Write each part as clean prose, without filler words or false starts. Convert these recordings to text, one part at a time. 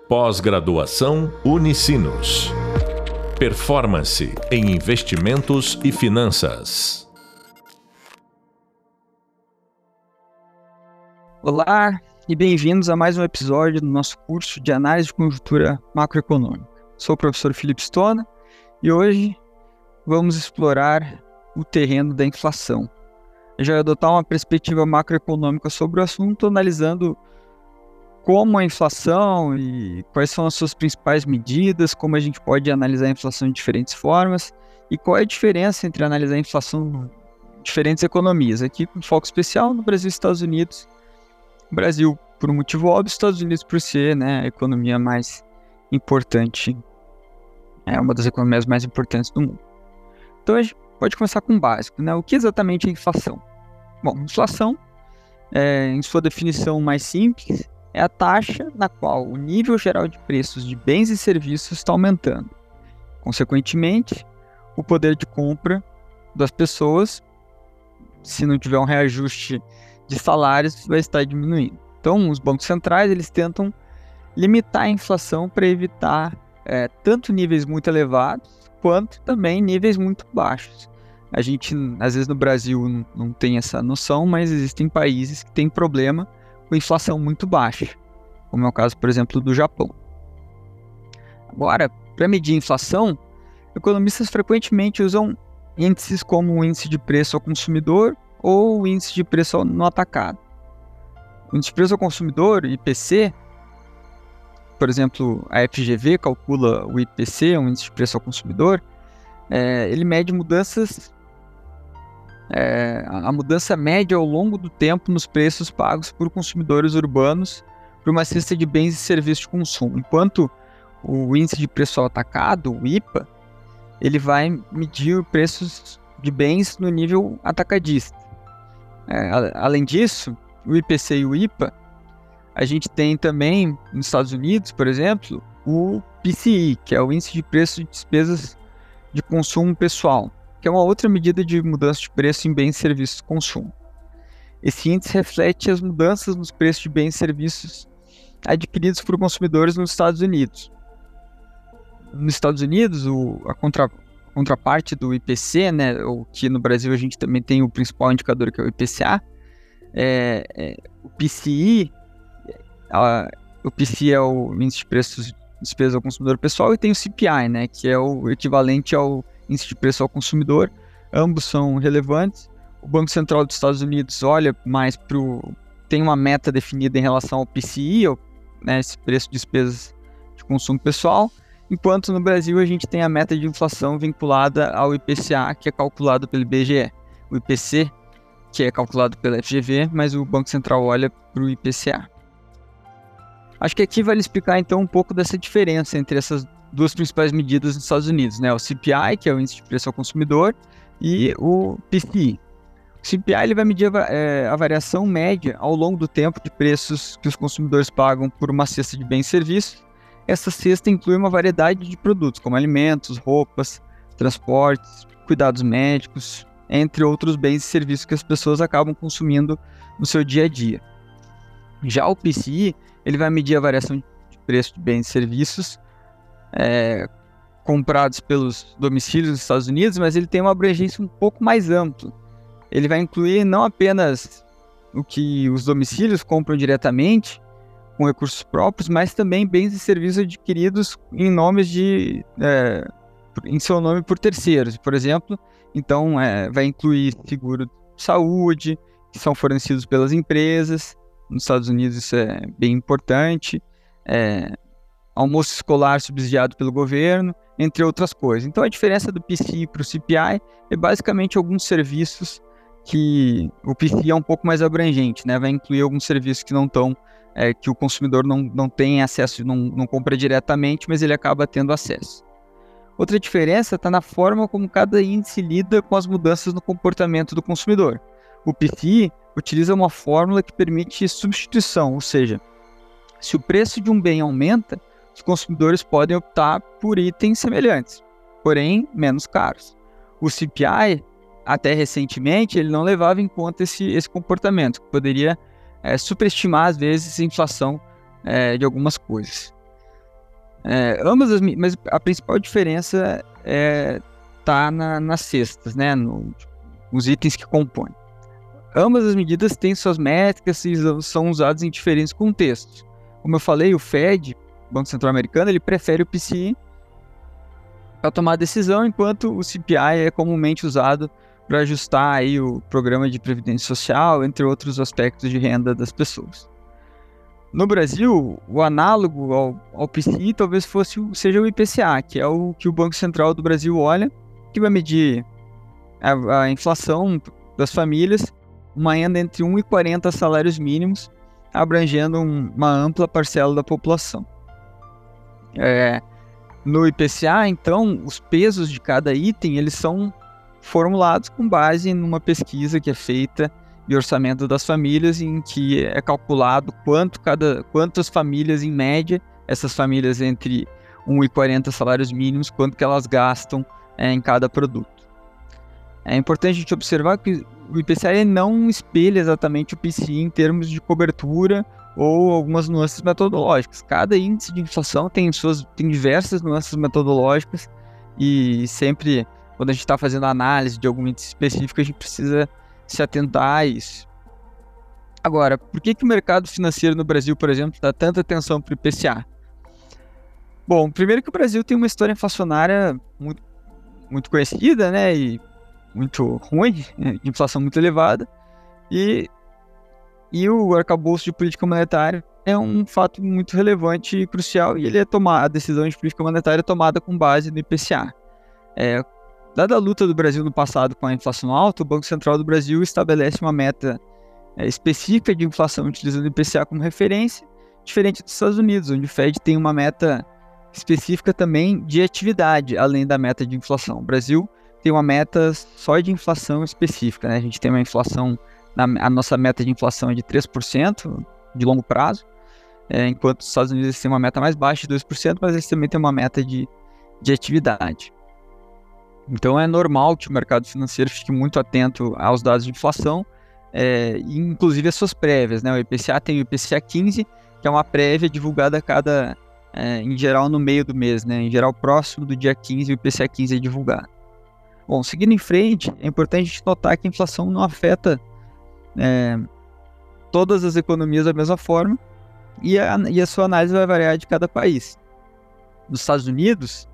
Pós-graduação Unicinos. Performance em investimentos e finanças. Olá e bem-vindos a mais um episódio do nosso curso de Análise de Conjuntura Macroeconômica. Sou o professor Felipe Stona e hoje vamos explorar o terreno da inflação. Eu já vou adotar uma perspectiva macroeconômica sobre o assunto, analisando como a inflação e quais são as suas principais medidas, como a gente pode analisar a inflação de diferentes formas e qual é a diferença entre analisar a inflação em diferentes economias. Aqui com foco especial no Brasil e Estados Unidos. O Brasil por um motivo óbvio, Estados Unidos por ser, a economia mais importante, uma das economias mais importantes do mundo. Então a gente pode começar com o básico, O que exatamente é inflação? Bom, inflação, em sua definição mais simples, é a taxa na qual o nível geral de preços de bens e serviços está aumentando. Consequentemente, o poder de compra das pessoas, se não tiver um reajuste de salários, vai estar diminuindo. Então, os bancos centrais eles tentam limitar a inflação para evitar tanto níveis muito elevados, quanto também níveis muito baixos. A gente, às vezes no Brasil, não tem essa noção, mas existem países que têm problema com inflação muito baixa, como é o caso, por exemplo, do Japão. Agora, para medir a inflação, economistas frequentemente usam índices como o índice de preço ao consumidor ou o índice de preço no atacado. O índice de preço ao consumidor, IPC, por exemplo, a FGV calcula o IPC, um índice de preço ao consumidor, ele mede mudanças, a mudança média ao longo do tempo nos preços pagos por consumidores urbanos por uma cesta de bens e serviços de consumo, enquanto o índice de preço ao atacado, o IPA, ele vai medir preços de bens no nível atacadista. Além disso, o IPC e o IPA, a gente tem também, nos Estados Unidos, por exemplo, o PCI, que é o Índice de Preço de Despesas de Consumo Pessoal, que é uma outra medida de mudança de preço em bens e serviços de consumo. Esse índice reflete as mudanças nos preços de bens e serviços adquiridos por consumidores nos Estados Unidos. Nos Estados Unidos, a contraparte do IPC, ou que no Brasil a gente também tem o principal indicador, que é o IPCA, o PCI, o PCI é o Índice de Preços de Despesas ao Consumidor Pessoal, e tem o CPI, que é o equivalente ao Índice de Preço ao Consumidor. Ambos são relevantes. O Banco Central dos Estados Unidos olha mais tem uma meta definida em relação ao PCI, esse preço de despesas de consumo pessoal, enquanto no Brasil a gente tem a meta de inflação vinculada ao IPCA, que é calculado pelo IBGE. O IPC, que é calculado pela FGV, mas o Banco Central olha para o IPCA. Acho que aqui vale explicar então um pouco dessa diferença entre essas duas principais medidas nos Estados Unidos, o CPI, que é o Índice de Preço ao Consumidor, e o PCI. O CPI ele vai medir a variação média ao longo do tempo de preços que os consumidores pagam por uma cesta de bens e serviços. Essa cesta inclui uma variedade de produtos, como alimentos, roupas, transportes, cuidados médicos, entre outros bens e serviços que as pessoas acabam consumindo no seu dia a dia. Já o PCI, ele vai medir a variação de preço de bens e serviços comprados pelos domicílios dos Estados Unidos, mas ele tem uma abrangência um pouco mais ampla. Ele vai incluir não apenas o que os domicílios compram diretamente, com recursos próprios, mas também bens e serviços adquiridos em seu nome por terceiros. Por exemplo, então vai incluir seguro de saúde, que são fornecidos pelas empresas. Nos Estados Unidos isso é bem importante. Almoço escolar subsidiado pelo governo, entre outras coisas. Então a diferença do PCI para o CPI é basicamente alguns serviços que o PCI é um pouco mais abrangente, vai incluir alguns serviços que não estão, que o consumidor não tem acesso, não compra diretamente, mas ele acaba tendo acesso. Outra diferença está na forma como cada índice lida com as mudanças no comportamento do consumidor. O PCI utiliza uma fórmula que permite substituição, ou seja, se o preço de um bem aumenta, os consumidores podem optar por itens semelhantes, porém menos caros. O CPI, até recentemente, ele não levava em conta esse comportamento, que poderia superestimar, às vezes, a inflação de algumas coisas. Mas a principal diferença tá nas cestas, né? Nos itens que compõem. Ambas as medidas têm suas métricas e são usadas em diferentes contextos. Como eu falei, o Fed, Banco Central Americano, ele prefere o PCI para tomar a decisão, enquanto o CPI é comumente usado para ajustar aí o programa de previdência social, entre outros aspectos de renda das pessoas. No Brasil, o análogo ao PCI talvez seja o IPCA, que é o que o Banco Central do Brasil olha, que vai medir a inflação das famílias, uma renda entre 1 e 40 salários mínimos, abrangendo uma ampla parcela da população. No IPCA, então, os pesos de cada item, eles são formulados com base numa pesquisa que é feita de orçamento das famílias, em que é calculado quantas famílias, em média, essas famílias entre 1 e 40 salários mínimos, quanto que elas gastam em cada produto. É importante a gente observar que o IPCA não espelha exatamente o PCI em termos de cobertura ou algumas nuances metodológicas. Cada índice de inflação tem diversas nuances metodológicas e sempre, quando a gente está fazendo análise de algum índice específico, a gente precisa se atentar a isso. Agora, por que o mercado financeiro no Brasil, por exemplo, dá tanta atenção para o IPCA? Bom, primeiro que o Brasil tem uma história inflacionária muito, muito conhecida, né, e muito ruim, de inflação muito elevada, e o arcabouço de política monetária é um fato muito relevante e crucial, e a decisão de política monetária é tomada com base no IPCA. Dada a luta do Brasil no passado com a inflação alta, o Banco Central do Brasil estabelece uma meta específica de inflação utilizando o IPCA como referência, diferente dos Estados Unidos, onde o Fed tem uma meta específica também de atividade, além da meta de inflação. O Brasil tem uma meta só de inflação específica, né? A gente tem uma inflação, a nossa meta de inflação é de 3% de longo prazo, enquanto os Estados Unidos têm uma meta mais baixa de 2%, mas eles também têm uma meta de atividade. Então é normal que o mercado financeiro fique muito atento aos dados de inflação, inclusive as suas prévias, né? O IPCA tem o IPCA 15, que é uma prévia divulgada em geral no meio do mês, né? Em geral próximo do dia 15, o IPCA 15 é divulgado. Bom, seguindo em frente, é importante a gente notar que a inflação não afeta todas as economias da mesma forma e a sua análise vai variar de cada país. Nos Estados Unidos,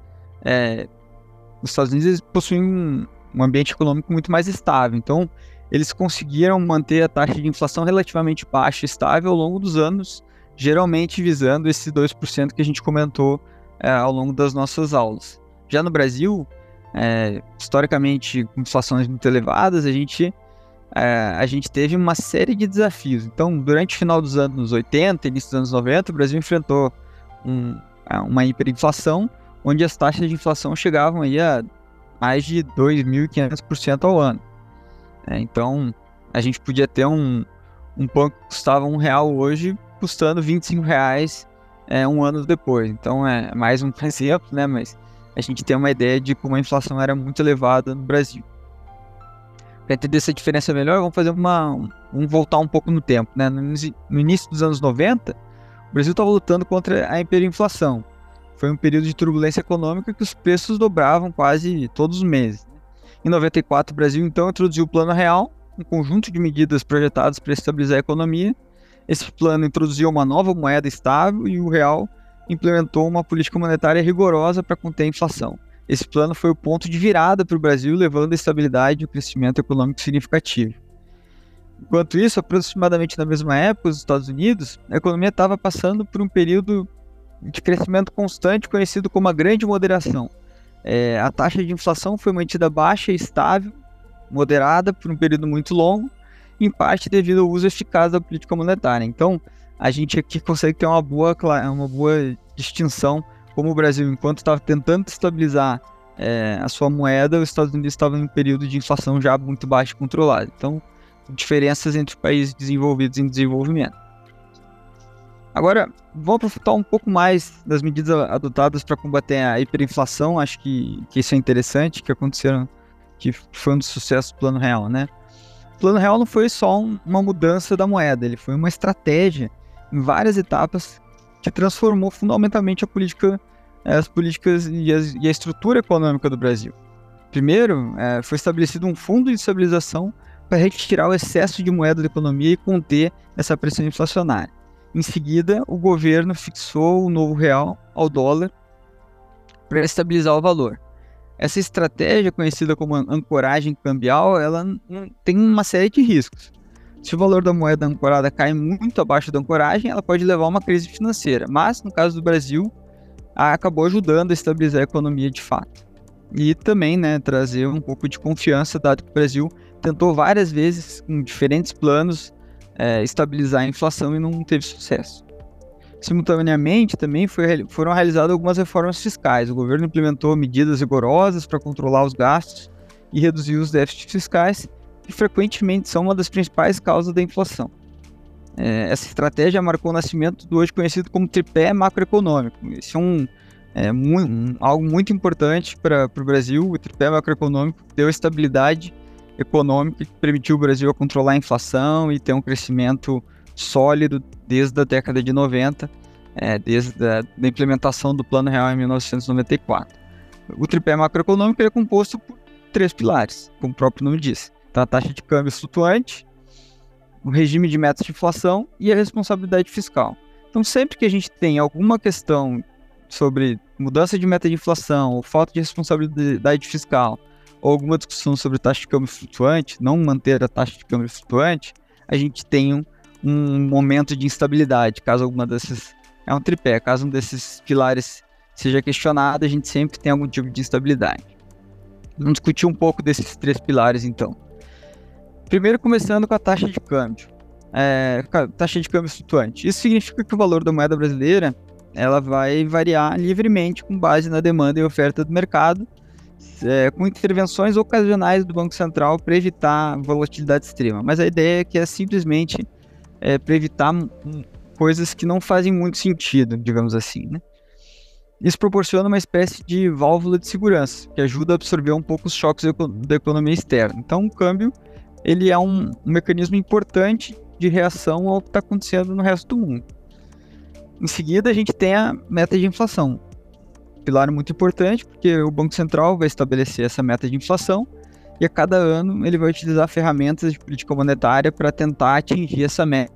eles possuem um ambiente econômico muito mais estável, então eles conseguiram manter a taxa de inflação relativamente baixa e estável ao longo dos anos, geralmente visando esse 2% que a gente comentou ao longo das nossas aulas. Já no Brasil, historicamente, com inflações muito elevadas, a gente teve uma série de desafios. Então, durante o final dos anos 80 e início dos anos 90, o Brasil enfrentou uma hiperinflação, onde as taxas de inflação chegavam aí a mais de 2.500% ao ano. Então, a gente podia ter um pão que custava R$1 hoje, custando R$25 um ano depois. Então, é mais um exemplo, né? Mas a gente tem uma ideia de como a inflação era muito elevada no Brasil. Para entender essa diferença melhor, vamos voltar um pouco no tempo, né? No início dos anos 90, o Brasil estava lutando contra a hiperinflação. Foi um período de turbulência econômica que os preços dobravam quase todos os meses. Em 94, o Brasil então introduziu o Plano Real, um conjunto de medidas projetadas para estabilizar a economia. Esse plano introduziu uma nova moeda estável e o real implementou uma política monetária rigorosa para conter a inflação. Esse plano foi o ponto de virada para o Brasil, levando a estabilidade e o crescimento econômico significativo. Enquanto isso, aproximadamente na mesma época, nos Estados Unidos, a economia estava passando por um período de crescimento constante, conhecido como a Grande Moderação. A taxa de inflação foi mantida baixa e estável, moderada por um período muito longo, em parte devido ao uso eficaz da política monetária. Então, a gente aqui consegue ter uma boa distinção, como o Brasil, enquanto estava tentando estabilizar a sua moeda, os Estados Unidos estavam em um período de inflação já muito baixa e controlada. Então, diferenças entre países desenvolvidos e em desenvolvimento. Agora, vamos aprofundar um pouco mais das medidas adotadas para combater a hiperinflação. Acho que isso é interessante, que aconteceram, que foi um dos sucessos do Plano Real, né? O Plano Real não foi só uma mudança da moeda, ele foi uma estratégia em várias etapas que transformou fundamentalmente a política as políticas e a estrutura econômica do Brasil. Primeiro, foi estabelecido um fundo de estabilização para retirar o excesso de moeda da economia e conter essa pressão inflacionária. Em seguida, o governo fixou o novo real ao dólar para estabilizar o valor. Essa estratégia, conhecida como ancoragem cambial, ela tem uma série de riscos. Se o valor da moeda ancorada cai muito abaixo da ancoragem, ela pode levar a uma crise financeira, mas no caso do Brasil, acabou ajudando a estabilizar a economia de fato. E também, trazer um pouco de confiança, dado que o Brasil tentou várias vezes, com diferentes planos, estabilizar a inflação e não teve sucesso. Simultaneamente, também foram realizadas algumas reformas fiscais. O governo implementou medidas rigorosas para controlar os gastos e reduzir os déficits fiscais, que frequentemente são uma das principais causas da inflação. Essa estratégia marcou o nascimento do hoje conhecido como tripé macroeconômico. Esse é algo muito importante para o Brasil. O tripé macroeconômico deu estabilidade econômica que permitiu o Brasil controlar a inflação e ter um crescimento sólido desde a década de 90, desde a implementação do Plano Real em 1994. O tripé macroeconômico é composto por 3 pilares, como o próprio nome diz. Então, a taxa de câmbio flutuante, o regime de metas de inflação e a responsabilidade fiscal. Então, sempre que a gente tem alguma questão sobre mudança de meta de inflação, ou falta de responsabilidade fiscal, ou alguma discussão sobre taxa de câmbio flutuante, não manter a taxa de câmbio flutuante, a gente tem um momento de instabilidade, caso alguma desses... É um tripé, caso um desses pilares seja questionado, a gente sempre tem algum tipo de instabilidade. Vamos discutir um pouco desses 3 pilares, então. Primeiro, começando com a taxa de câmbio. Taxa de câmbio flutuante. Isso significa que o valor da moeda brasileira ela vai variar livremente com base na demanda e oferta do mercado, com intervenções ocasionais do Banco Central para evitar volatilidade extrema. Mas a ideia é simplesmente para evitar coisas que não fazem muito sentido, digamos assim, né? Isso proporciona uma espécie de válvula de segurança, que ajuda a absorver um pouco os choques da economia externa. Então, o câmbio ele é um mecanismo importante de reação ao que está acontecendo no resto do mundo. Em seguida, a gente tem a meta de inflação. Pilar muito importante, porque o Banco Central vai estabelecer essa meta de inflação e a cada ano ele vai utilizar ferramentas de política monetária para tentar atingir essa meta.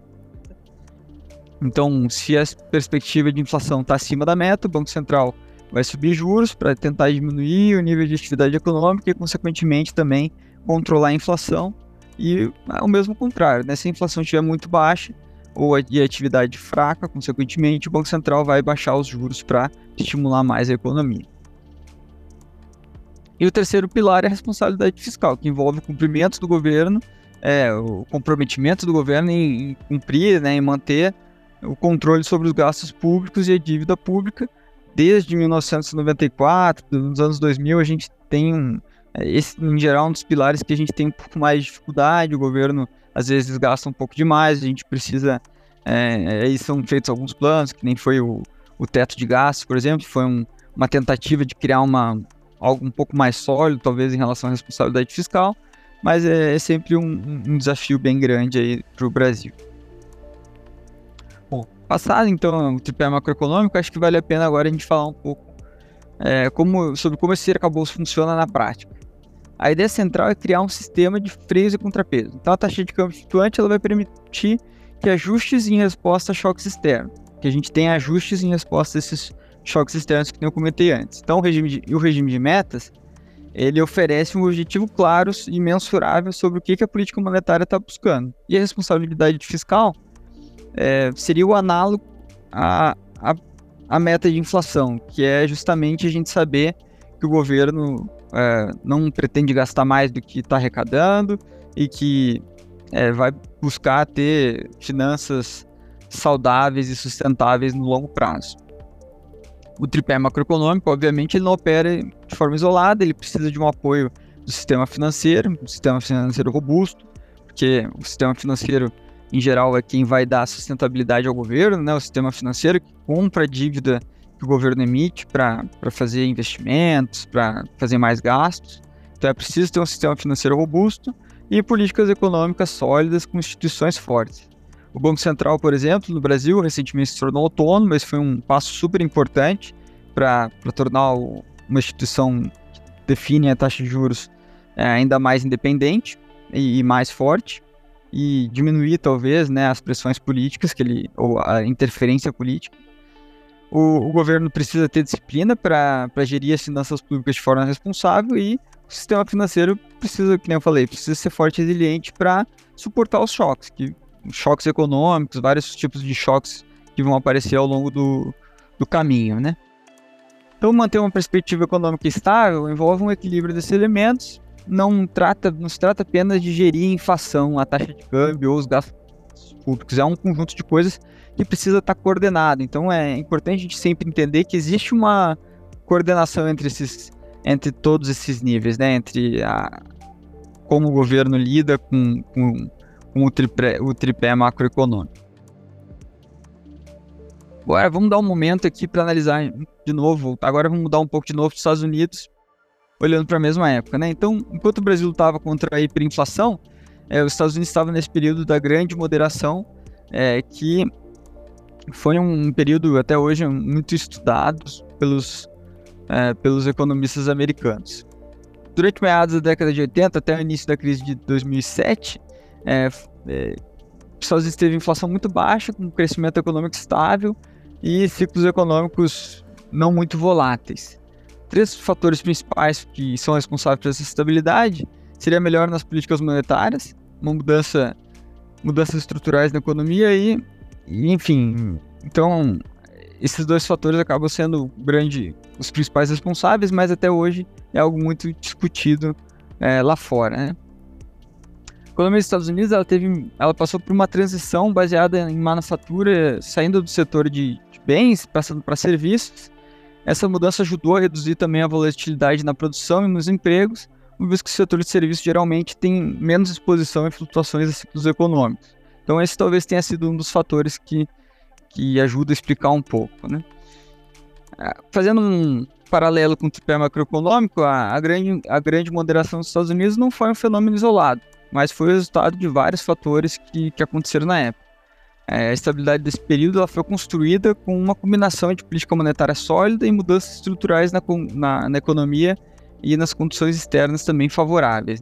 Então, se a perspectiva de inflação está acima da meta, o Banco Central vai subir juros para tentar diminuir o nível de atividade econômica e, consequentemente, também controlar a inflação. E o mesmo contrário, né? Se a inflação estiver muito baixa ou a atividade fraca, consequentemente, o Banco Central vai baixar os juros para estimular mais a economia. E o terceiro pilar é a responsabilidade fiscal, que envolve o cumprimento do governo, o comprometimento do governo em cumprir, em manter o controle sobre os gastos públicos e a dívida pública. Desde 1994, nos anos 2000, a gente tem esse, em geral, um dos pilares que a gente tem um pouco mais de dificuldade. O governo, às vezes, gasta um pouco demais, a gente precisa... aí são feitos alguns planos, que nem foi o teto de gastos, por exemplo, foi uma tentativa de criar algo um pouco mais sólido, talvez, em relação à responsabilidade fiscal, mas é sempre um desafio bem grande aí para o Brasil. Bom, passado, então, o tripé macroeconômico, acho que vale a pena agora a gente falar um pouco sobre como esse arcabouço funciona na prática. A ideia central é criar um sistema de freios e contrapesos. Então, a taxa de câmbio flutuante ela vai permitir que ajustes em resposta a choques externos, que a gente tenha ajustes em resposta a esses choques externos que eu comentei antes. Então, o regime de metas, ele oferece um objetivo claro e mensurável sobre o que a política monetária está buscando. E a responsabilidade fiscal seria o análogo à meta de inflação, que é justamente a gente saber que o governo não pretende gastar mais do que está arrecadando e que vai buscar ter finanças saudáveis e sustentáveis no longo prazo. O tripé macroeconômico, obviamente, ele não opera de forma isolada, ele precisa de um apoio do sistema financeiro, um sistema financeiro robusto, porque o sistema financeiro, em geral, é quem vai dar sustentabilidade ao governo, né? O sistema financeiro que compra a dívida que o governo emite para fazer investimentos, para fazer mais gastos. Então é preciso ter um sistema financeiro robusto e políticas econômicas sólidas com instituições fortes. O Banco Central, por exemplo, no Brasil, recentemente se tornou autônomo, mas foi um passo super importante para tornar uma instituição que define a taxa de juros ainda mais independente e mais forte, e diminuir talvez, né, as pressões políticas ou a interferência política. O governo precisa ter disciplina para gerir as finanças públicas de forma responsável, e o sistema financeiro precisa, que nem eu falei, precisa ser forte e resiliente para suportar os choques econômicos, vários tipos de choques que vão aparecer ao longo do caminho, né? Então, manter uma perspectiva econômica estável envolve um equilíbrio desses elementos. Não se trata apenas de gerir a inflação, a taxa de câmbio ou os gastos públicos. É um conjunto de coisas que precisa estar coordenado. Então, é importante a gente sempre entender que existe uma coordenação entre todos esses níveis, né? Entre como o governo lida com o tripé macroeconômico. Agora vamos dar um momento aqui para analisar de novo. Agora vamos mudar um pouco de novo para os Estados Unidos, olhando para a mesma época, né? Então, enquanto o Brasil estava contra a hiperinflação, os Estados Unidos estavam nesse período da grande moderação, que foi um período até hoje muito estudado pelos economistas americanos. Durante meados da década de 80 até o início da crise de 2007, os Estados Unidos teve inflação muito baixa, com crescimento econômico estável e ciclos econômicos não muito voláteis. 3 fatores principais que são responsáveis por essa estabilidade seria melhor nas políticas monetárias, uma mudanças estruturais na economia e enfim, então esses 2 fatores acabam sendo os principais responsáveis, mas até hoje é algo muito discutido lá fora, né? A economia dos Estados Unidos ela passou por uma transição baseada em manufatura, saindo do setor de bens, passando para serviços. Essa mudança ajudou a reduzir também a volatilidade na produção e nos empregos, uma vez que o setor de serviços geralmente tem menos exposição a flutuações de ciclos econômicos. Então esse talvez tenha sido um dos fatores que ajuda a explicar um pouco, né? Fazendo um paralelo com o tripé macroeconômico, a grande moderação dos Estados Unidos não foi um fenômeno isolado, mas foi o resultado de vários fatores que aconteceram na época. A estabilidade desse período ela foi construída com uma combinação de política monetária sólida e mudanças estruturais na economia e nas condições externas também favoráveis,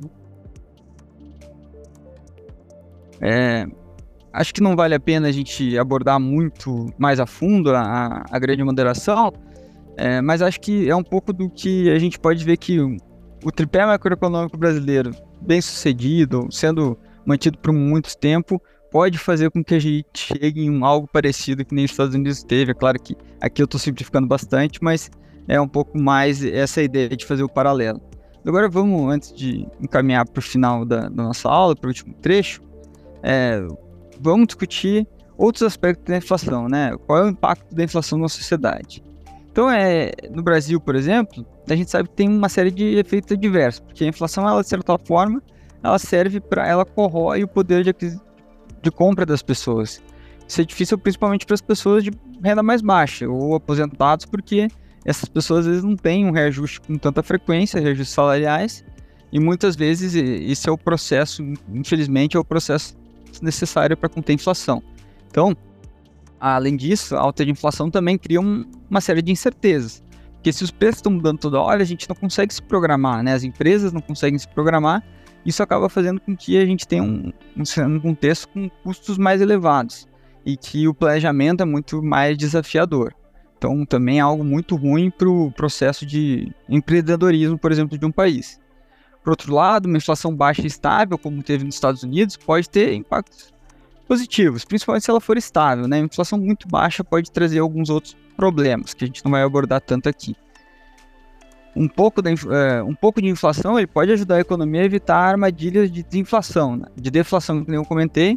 né? Acho que não vale a pena a gente abordar muito mais a fundo a grande moderação, mas acho que é um pouco do que a gente pode ver que o tripé macroeconômico brasileiro, bem sucedido, sendo mantido por muito tempo, pode fazer com que a gente chegue em algo parecido que nem os Estados Unidos teve. É claro que aqui eu estou simplificando bastante, mas é um pouco mais essa ideia de fazer o paralelo. Agora vamos, antes de encaminhar para o final da nossa aula, para o último trecho, vamos discutir outros aspectos da inflação, né? Qual é o impacto da inflação na sociedade? Então, no Brasil, por exemplo, a gente sabe que tem uma série de efeitos adversos, porque a inflação, ela, de certa forma, ela corrói o poder de compra das pessoas. Isso é difícil principalmente para as pessoas de renda mais baixa ou aposentados, porque essas pessoas às vezes não têm um reajuste com tanta frequência, reajustes salariais, e muitas vezes esse é o processo, infelizmente, é o processo necessário para conter a inflação. Então, além disso, a alta de inflação também cria uma série de incertezas, porque se os preços estão mudando toda hora, a gente não consegue se programar, né? As empresas não conseguem se programar. Isso acaba fazendo com que a gente tenha um contexto com custos mais elevados e que o planejamento é muito mais desafiador. Então, também é algo muito ruim para o processo de empreendedorismo, por exemplo, de um país. Por outro lado, uma inflação baixa e estável, como teve nos Estados Unidos, pode ter impactos positivos, principalmente se ela for estável, né? A inflação muito baixa pode trazer alguns outros problemas que a gente não vai abordar tanto aqui. Um pouco de inflação ele pode ajudar a economia a evitar armadilhas de desinflação, né? De deflação, como eu comentei,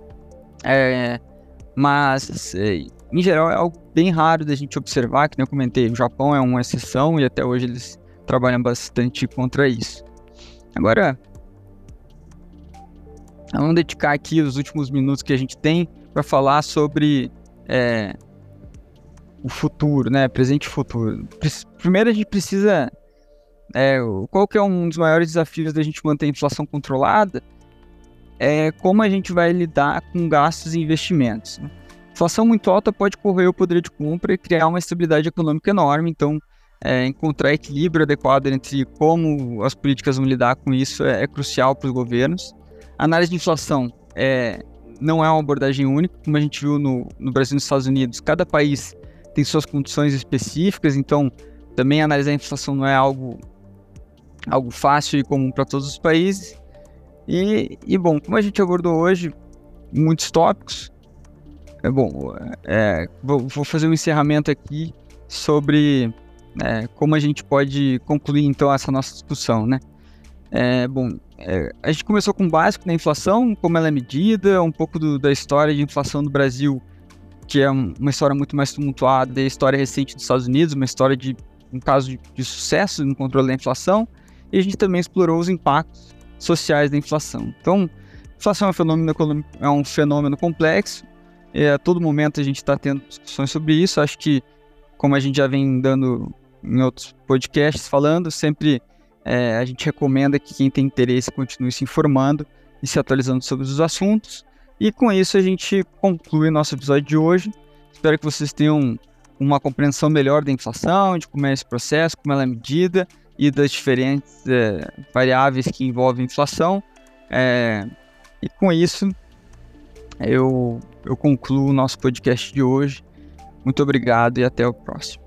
mas em geral é algo bem raro da gente observar, que nem eu comentei, o Japão é uma exceção e até hoje eles trabalham bastante contra isso. Agora, vamos dedicar aqui os últimos minutos que a gente tem para falar sobre o futuro, né? Presente e futuro. Primeiro a gente precisa... qual que é um dos maiores desafios da gente manter a inflação controlada? É como a gente vai lidar com gastos e investimentos, né? Inflação muito alta pode corroer o poder de compra e criar uma instabilidade econômica enorme, então encontrar equilíbrio adequado entre como as políticas vão lidar com isso é crucial para os governos. A análise de inflação não é uma abordagem única, como a gente viu no Brasil e nos Estados Unidos. Cada país tem suas condições específicas, então também analisar a inflação não é algo fácil e comum para todos os países. E bom, como a gente abordou hoje muitos tópicos, vou fazer um encerramento aqui sobre como a gente pode concluir então essa nossa discussão, né? A gente começou com o básico da inflação, como ela é medida, um pouco da história de inflação do Brasil, que é uma história muito mais tumultuada, e a história recente dos Estados Unidos, uma história de um caso de sucesso no controle da inflação, e a gente também explorou os impactos sociais da inflação. Então, a inflação é um fenômeno complexo, a todo momento a gente está tendo discussões sobre isso. Acho que, como a gente já vem dando em outros podcasts falando, sempre a gente recomenda que quem tem interesse continue se informando e se atualizando sobre os assuntos. E com isso a gente conclui o nosso episódio de hoje. Espero que vocês tenham uma compreensão melhor da inflação, de como é esse processo, como ela é medida e das diferentes variáveis que envolvem a inflação. E com isso eu concluo o nosso podcast de hoje. Muito obrigado e até o próximo.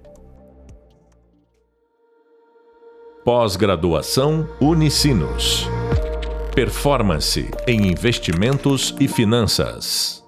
Pós-graduação Unicinos. Performance em investimentos e finanças.